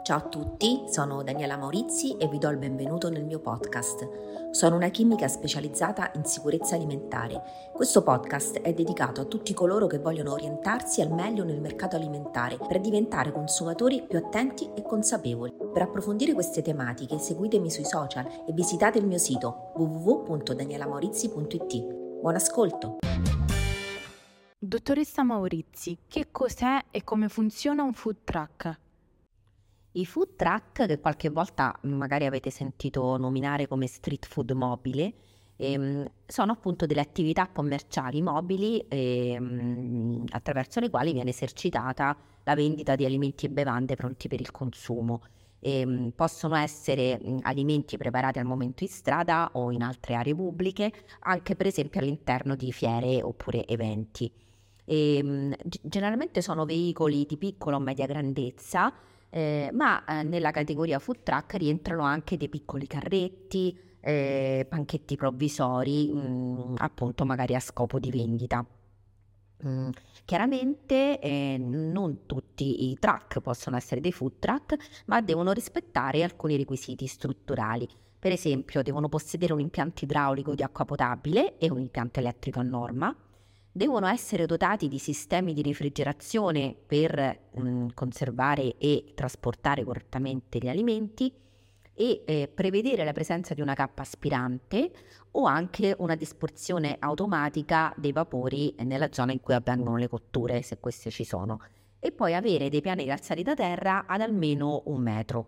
Ciao a tutti, sono Daniela Maurizi e vi do il benvenuto nel mio podcast. Sono una chimica specializzata in sicurezza alimentare. Questo podcast è dedicato a tutti coloro che vogliono orientarsi al meglio nel mercato alimentare per diventare consumatori più attenti e consapevoli. Per approfondire queste tematiche seguitemi sui social e visitate il mio sito www.danielamaurizi.it. Buon ascolto! Dottoressa Maurizi, che cos'è e come funziona un food truck? I food truck, che qualche volta magari avete sentito nominare come street food mobile, sono appunto delle attività commerciali mobili attraverso le quali viene esercitata la vendita di alimenti e bevande pronti per il consumo. Possono essere alimenti preparati al momento in strada o in altre aree pubbliche, anche per esempio all'interno di fiere oppure eventi. Generalmente sono veicoli di piccola o media grandezza, ma nella categoria food truck rientrano anche dei piccoli carretti, panchetti provvisori, appunto magari a scopo di vendita. Chiaramente non tutti i truck possono essere dei food truck, ma devono rispettare alcuni requisiti strutturali. Per esempio, devono possedere un impianto idraulico di acqua potabile e un impianto elettrico a norma. Devono essere dotati di sistemi di refrigerazione per conservare e trasportare correttamente gli alimenti e prevedere la presenza di una cappa aspirante o anche una dispersione automatica dei vapori nella zona in cui avvengono le cotture, se queste ci sono, e poi avere dei piani alzati da terra ad almeno 1 metro.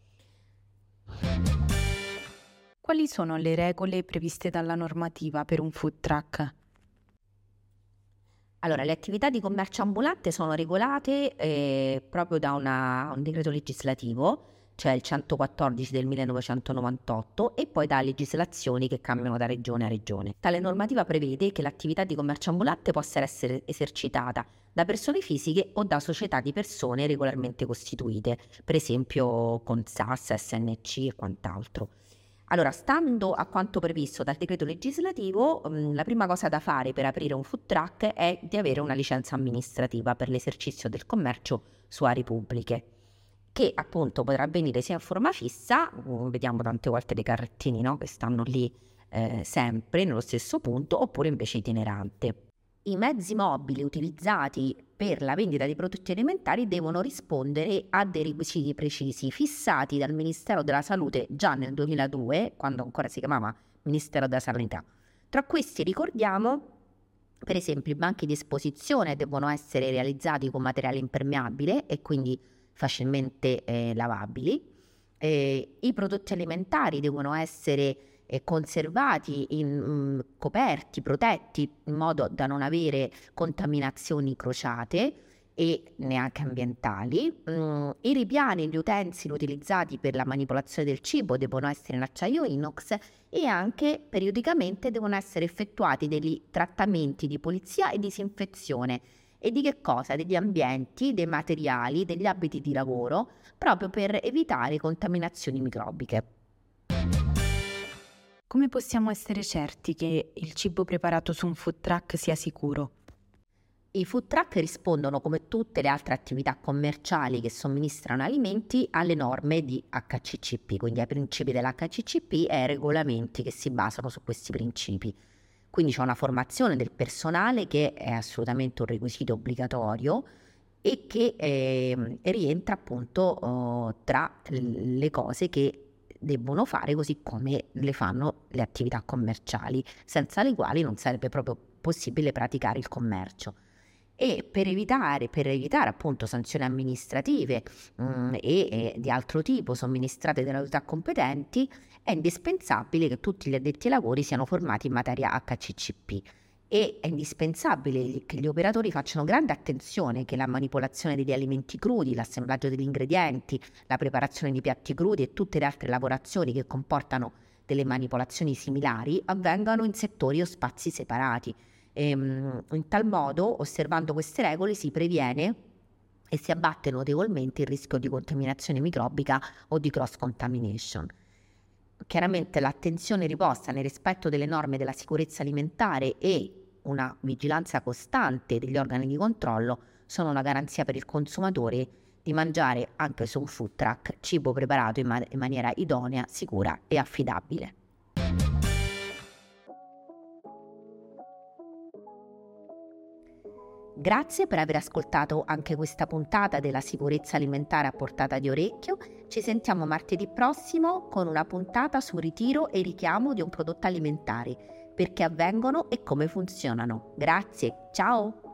Quali sono le regole previste dalla normativa per un food truck? Allora, le attività di commercio ambulante sono regolate proprio da un decreto legislativo, cioè il 114 del 1998, e poi da legislazioni che cambiano da regione a regione. Tale normativa prevede che l'attività di commercio ambulante possa essere esercitata da persone fisiche o da società di persone regolarmente costituite, per esempio con SAS, SNC e quant'altro. Allora, stando a quanto previsto dal decreto legislativo, la prima cosa da fare per aprire un food truck è di avere una licenza amministrativa per l'esercizio del commercio su aree pubbliche, che appunto potrà avvenire sia in forma fissa, vediamo tante volte dei carrettini, no, che stanno lì sempre nello stesso punto, oppure invece itinerante. I mezzi mobili utilizzati per la vendita di prodotti alimentari devono rispondere a dei requisiti precisi fissati dal Ministero della Salute già nel 2002, quando ancora si chiamava Ministero della Sanità. Tra questi ricordiamo, per esempio, i banchi di esposizione devono essere realizzati con materiale impermeabile e quindi facilmente lavabili. I prodotti alimentari devono essere conservati, coperti, protetti in modo da non avere contaminazioni crociate e neanche ambientali. I ripiani e gli utensili utilizzati per la manipolazione del cibo devono essere in acciaio inox e anche periodicamente devono essere effettuati degli trattamenti di pulizia e disinfezione. E di che cosa? Degli ambienti, dei materiali, degli abiti di lavoro, proprio per evitare contaminazioni microbiche. Come possiamo essere certi che il cibo preparato su un food truck sia sicuro? I food truck rispondono, come tutte le altre attività commerciali che somministrano alimenti, alle norme di HACCP, quindi ai principi dell'HACCP e ai regolamenti che si basano su questi principi. Quindi c'è una formazione del personale che è assolutamente un requisito obbligatorio e che rientra appunto tra le cose che debbono fare, così come le fanno le attività commerciali, senza le quali non sarebbe proprio possibile praticare il commercio. E per evitare appunto sanzioni amministrative e di altro tipo somministrate dalle autorità competenti, è indispensabile che tutti gli addetti ai lavori siano formati in materia HACCP e è indispensabile che gli operatori facciano grande attenzione che la manipolazione degli alimenti crudi, l'assemblaggio degli ingredienti, la preparazione di piatti crudi e tutte le altre lavorazioni che comportano delle manipolazioni similari avvengano in settori o spazi separati. In tal modo, osservando queste regole, si previene e si abbatte notevolmente il rischio di contaminazione microbica o di cross contamination. Chiaramente l'attenzione riposta nel rispetto delle norme della sicurezza alimentare e una vigilanza costante degli organi di controllo sono una garanzia per il consumatore di mangiare anche su un food truck cibo preparato in maniera idonea, sicura e affidabile. Grazie per aver ascoltato anche questa puntata della sicurezza alimentare a portata di orecchio. Ci sentiamo martedì prossimo con una puntata su ritiro e richiamo di un prodotto alimentare, perché avvengono e come funzionano. Grazie, ciao!